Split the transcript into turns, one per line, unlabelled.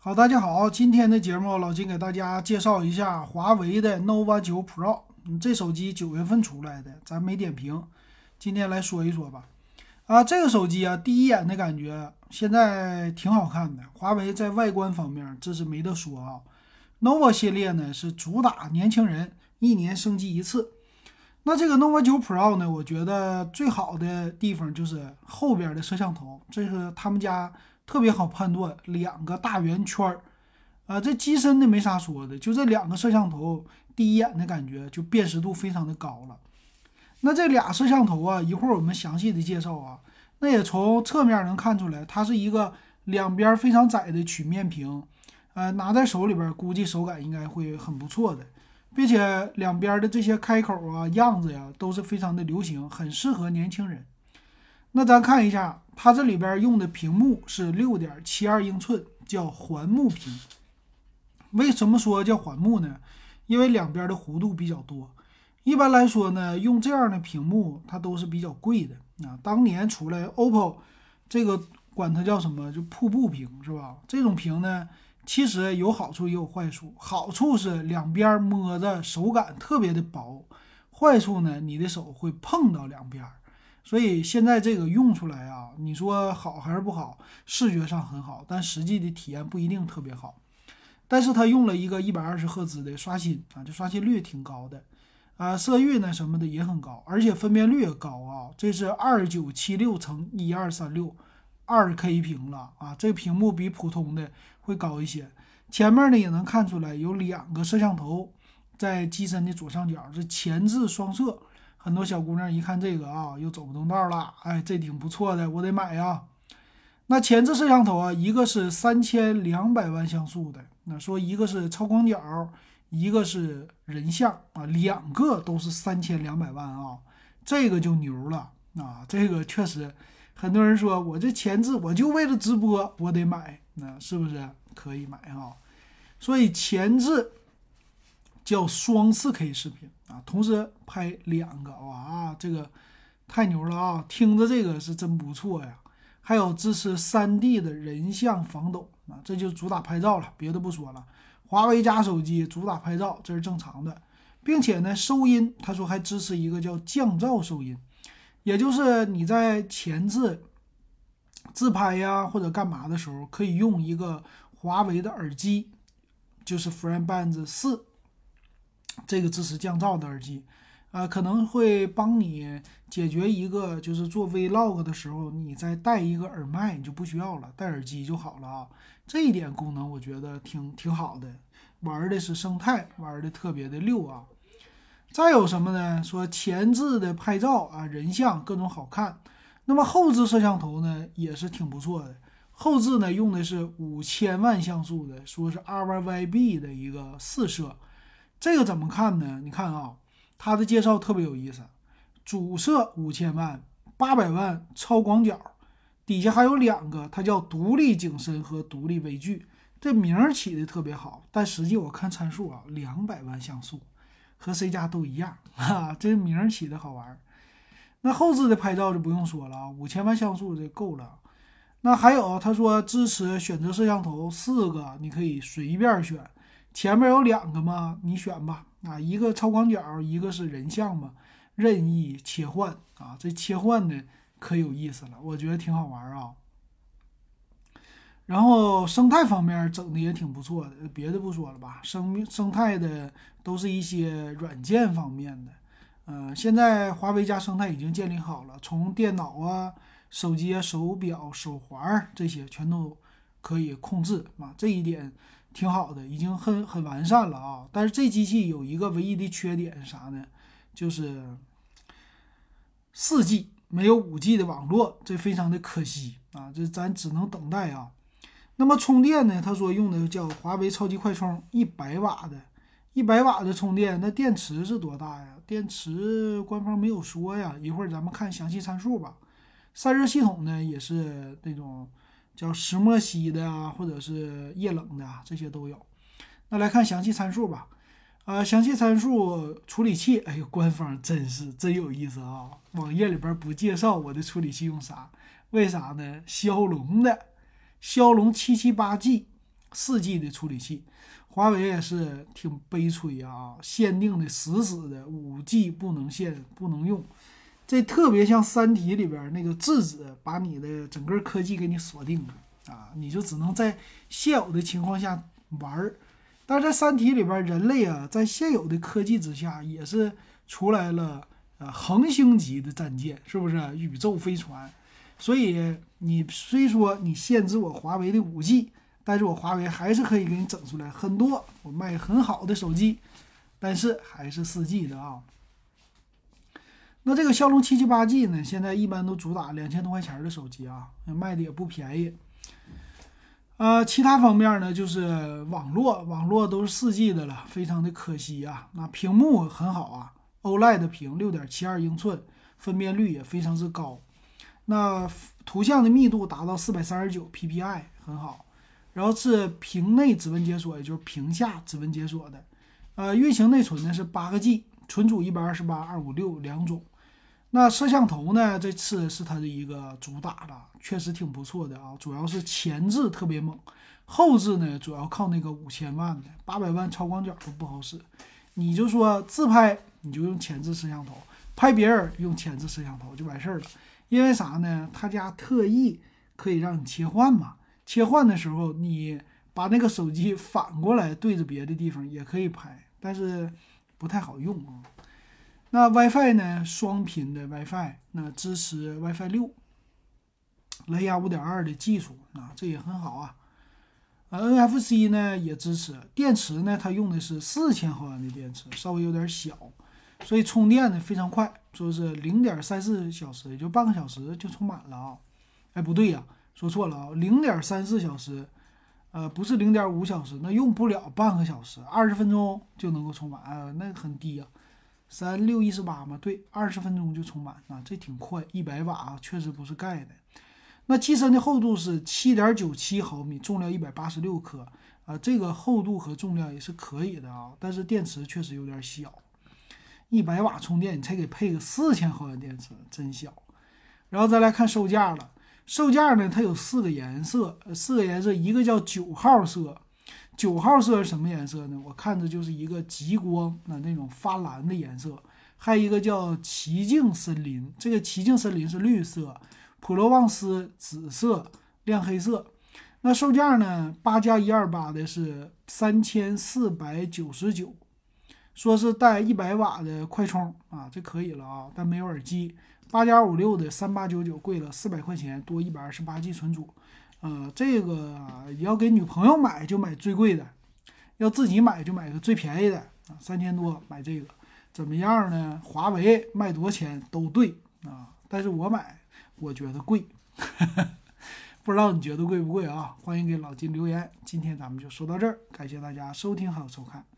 好，大家好，今天的节目老金给大家介绍一下华为的 nova 9 Pro。这手机9月份出来的，咱没点评，今天来说一说吧。这个手机啊，第一眼的感觉现在挺好看的。华为在外观方面这是没得说啊。nova 系列呢是主打年轻人，一年升级一次。那这个 nova 9 Pro 呢，我觉得最好的地方就是后边的摄像头，这个他们家特别好判断，两个大圆圈儿。这机身的没啥说的，就这两个摄像头，第一眼的感觉就辨识度非常的高了。那这俩摄像头啊，一会儿我们详细的介绍啊。那也从侧面能看出来，它是一个两边非常窄的曲面屏，拿在手里边估计手感应该会很不错的，并且两边的这些开口啊、样子呀都是非常的流行，很适合年轻人。那咱看一下，它这里边用的屏幕是6.72英寸，叫环幕屏。为什么说叫环幕呢？因为两边的弧度比较多。一般来说呢，用这样的屏幕它都是比较贵的当年出来 OPPO 这个管它叫什么，就瀑布屏是吧？这种屏呢，其实有好处也有坏处。好处是两边摸着手感特别的薄，坏处呢，你的手会碰到两边。所以现在这个用出来啊，你说好还是不好？视觉上很好，但实际的体验不一定特别好。但是它用了一个120赫兹的刷新这刷新率挺高的色域呢什么的也很高，而且分辨率也高这是2976×1236 2K 屏了这个屏幕比普通的会高一些。前面呢也能看出来有两个摄像头在机身的左上角，是前置双摄。很多小姑娘一看这个又走不动道了，这挺不错的，我得买呀。那前置摄像头一个是3200万像素的，那说一个是超广角，一个是人像两个都是3200万这个就牛了这个确实，很多人说我这前置我就为了直播，我得买，那是不是可以买所以前置叫双 4K 视频同时拍两个，哇，这个太牛了听着这个是真不错呀。还有支持 3D 的人像防抖这就主打拍照了，别的不说了。华为家手机主打拍照，这是正常的，并且呢，收音他说还支持一个叫降噪收音，也就是你在前置自拍呀或者干嘛的时候，可以用一个华为的耳机，就是 FrameBuds 4，这个支持降噪的耳机。可能会帮你解决一个，就是做 vlog 的时候，你再带一个耳麦，你就不需要了，戴耳机就好了这一点功能我觉得挺好的，玩的是生态，玩的特别的溜再有什么呢？说前置的拍照人像各种好看。那么后置摄像头呢，也是挺不错的。后置呢用的是5000万像素的，说是 RYB 的一个四摄。这个怎么看呢？你看它的介绍特别有意思，主摄5000万，800万超广角，底下还有两个，它叫独立景深和独立微距，这名儿起的特别好，但实际我看参数200万像素，和谁家都一样这名儿起的好玩。那后置的拍照就不用说了5000万像素这够了。那还有他说支持选择摄像头4个，你可以随便选，前面有两个嘛，你选吧一个超广角，一个是人像嘛，任意切换这切换呢可有意思了，我觉得挺好玩然后生态方面整的也挺不错的，别的不说了吧，生态的都是一些软件方面的。现在华为家生态已经建立好了，从电脑手机手表、手环这些全都可以控制这一点挺好的，已经很完善了但是这机器有一个唯一的缺点是啥呢？就是4G 没有5G 的网络，这非常的可惜这咱只能等待那么充电呢？他说用的叫华为超级快充100瓦的，100瓦的充电，那电池是多大呀？电池官方没有说呀，一会儿咱们看详细参数吧。散热系统呢也是那种叫石墨烯的或者是液冷的这些都有。那来看详细参数吧。详细参数处理器，哎呦，官方真有意思网页里边不介绍我的处理器用啥，为啥呢？骁龙的骁龙778G 4G 的处理器。华为也是挺悲催啊，限定的死的5G 不能不能用，这特别像《三体》里边那个质子，把你的整个科技给你锁定了啊，你就只能在现有的情况下玩儿。但是在《三体》里边，人类啊，在现有的科技之下，也是出来了恒星级的战舰，是不是？宇宙飞船。所以你虽说你限制我华为的5G，但是我华为还是可以给你整出来很多我卖很好的手机，但是还是4G 的啊。那这个骁龙778G 呢，现在一般都主打2000多块钱的手机啊，卖的也不便宜。其他方面呢，就是网络都是4G 的了，非常的可惜啊。那屏幕很好啊，OLED 的屏6.72英寸，分辨率也非常之高。那图像的密度达到439 ppi， 很好。然后是屏内指纹解锁，也就是屏下指纹解锁的。运行内存呢是8个 G， 存储128、256两种。那摄像头呢，这次是它的一个主打了，确实挺不错的啊。主要是前置特别猛，后置呢主要靠那个5000万的800万超广角都不好使。你就说自拍，你就用前置摄像头，拍别人用前置摄像头就完事儿了。因为啥呢？他家特意可以让你切换嘛，切换的时候你把那个手机反过来对着别的地方也可以拍，但是不太好用啊。那 WiFi 呢？双频的 WiFi， 那支持 WiFi 6，蓝牙5.2的技术，这也很好啊。NFC 呢也支持，电池呢它用的是4000毫安的电池，稍微有点小，所以充电呢非常快，说是0.34小时，也就半个小时就充满了啊。哎，不对呀，说错了啊，0.34小时，不是0.5小时，那用不了半个小时，20分钟就能够充满啊，那很低啊。3618嘛，对，20分钟就充满啊，这挺快，100瓦啊，确实不是盖的。那机身的厚度是7.97毫米，重量186克啊，这个厚度和重量也是可以的啊，但是电池确实有点小，100瓦充电你才给配个4000毫安电池，真小。然后再来看售价了，售价呢它有4个颜色，一个叫9号色。9号色是什么颜色呢？我看着就是一个极光那种发蓝的颜色，还有一个叫奇境森林，这个奇境森林是绿色，普罗旺斯紫色，亮黑色。那售价呢？8+128的是3499，说是带100瓦的快充啊，这可以了啊，但没有耳机。8+56的3899贵了400块钱，多128G 存储。这个要给女朋友买就买最贵的，要自己买就买个最便宜的啊，3000多买这个怎么样呢？华为卖多少钱都对啊，但是我觉得贵，不知道你觉得贵不贵啊？欢迎给老金留言。今天咱们就说到这儿，感谢大家收听还有收看。